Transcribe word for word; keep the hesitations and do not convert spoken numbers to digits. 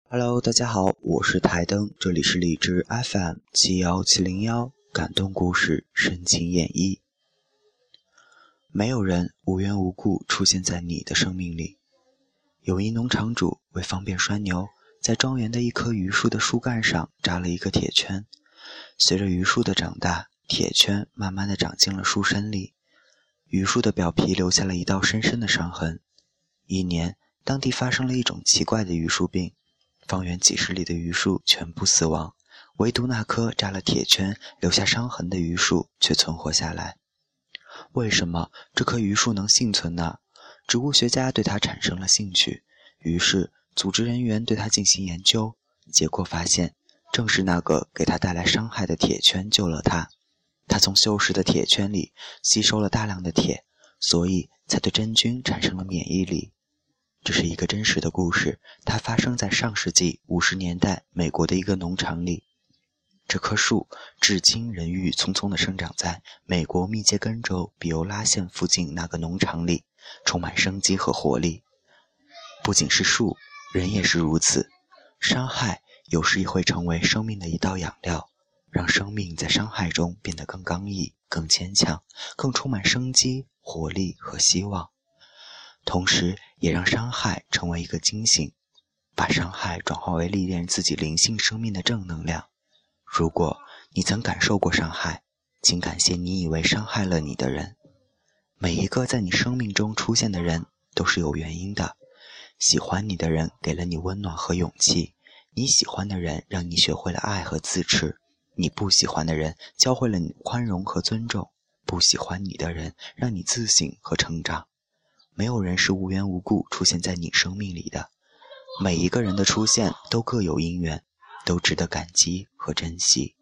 Hello， 大家好，我是台灯，这里是荔枝 F M 七一七零一，感动故事，深情演绎。没有人无缘无故出现在你的生命里。有一农场主为方便拴牛，在庄园的一棵榆树的树干上扎了一个铁圈。随着榆树的长大，铁圈慢慢地长进了树身里，榆树的表皮留下了一道深深的伤痕。一年，当地发生了一种奇怪的榆树病，方圆几十里的榆树全部死亡，唯独那棵扎了铁圈留下伤痕的榆树却存活下来。为什么这棵榆树能幸存呢？植物学家对它产生了兴趣，于是组织人员对它进行研究，结果发现正是那个给它带来伤害的铁圈救了它。它从锈蚀的铁圈里吸收了大量的铁，所以才对真菌产生了免疫力。这是一个真实的故事，它发生在上世纪五十年代美国的一个农场里。这棵树至今仍郁郁葱葱地生长在美国密歇根州比欧拉县附近那个农场里，充满生机和活力。不仅是树，人也是如此。伤害有时也会成为生命的一道养料，让生命在伤害中变得更刚毅、更坚强、更充满生机、活力和希望。同时也让伤害成为一个惊醒，把伤害转化为历练自己灵性生命的正能量。如果你曾感受过伤害，请感谢你以为伤害了你的人。每一个在你生命中出现的人都是有原因的。喜欢你的人给了你温暖和勇气，你喜欢的人让你学会了爱和自持，你不喜欢的人教会了你宽容和尊重，不喜欢你的人让你自省和成长。没有人是无缘无故出现在你生命里的，每一个人的出现都各有因缘，都值得感激和珍惜。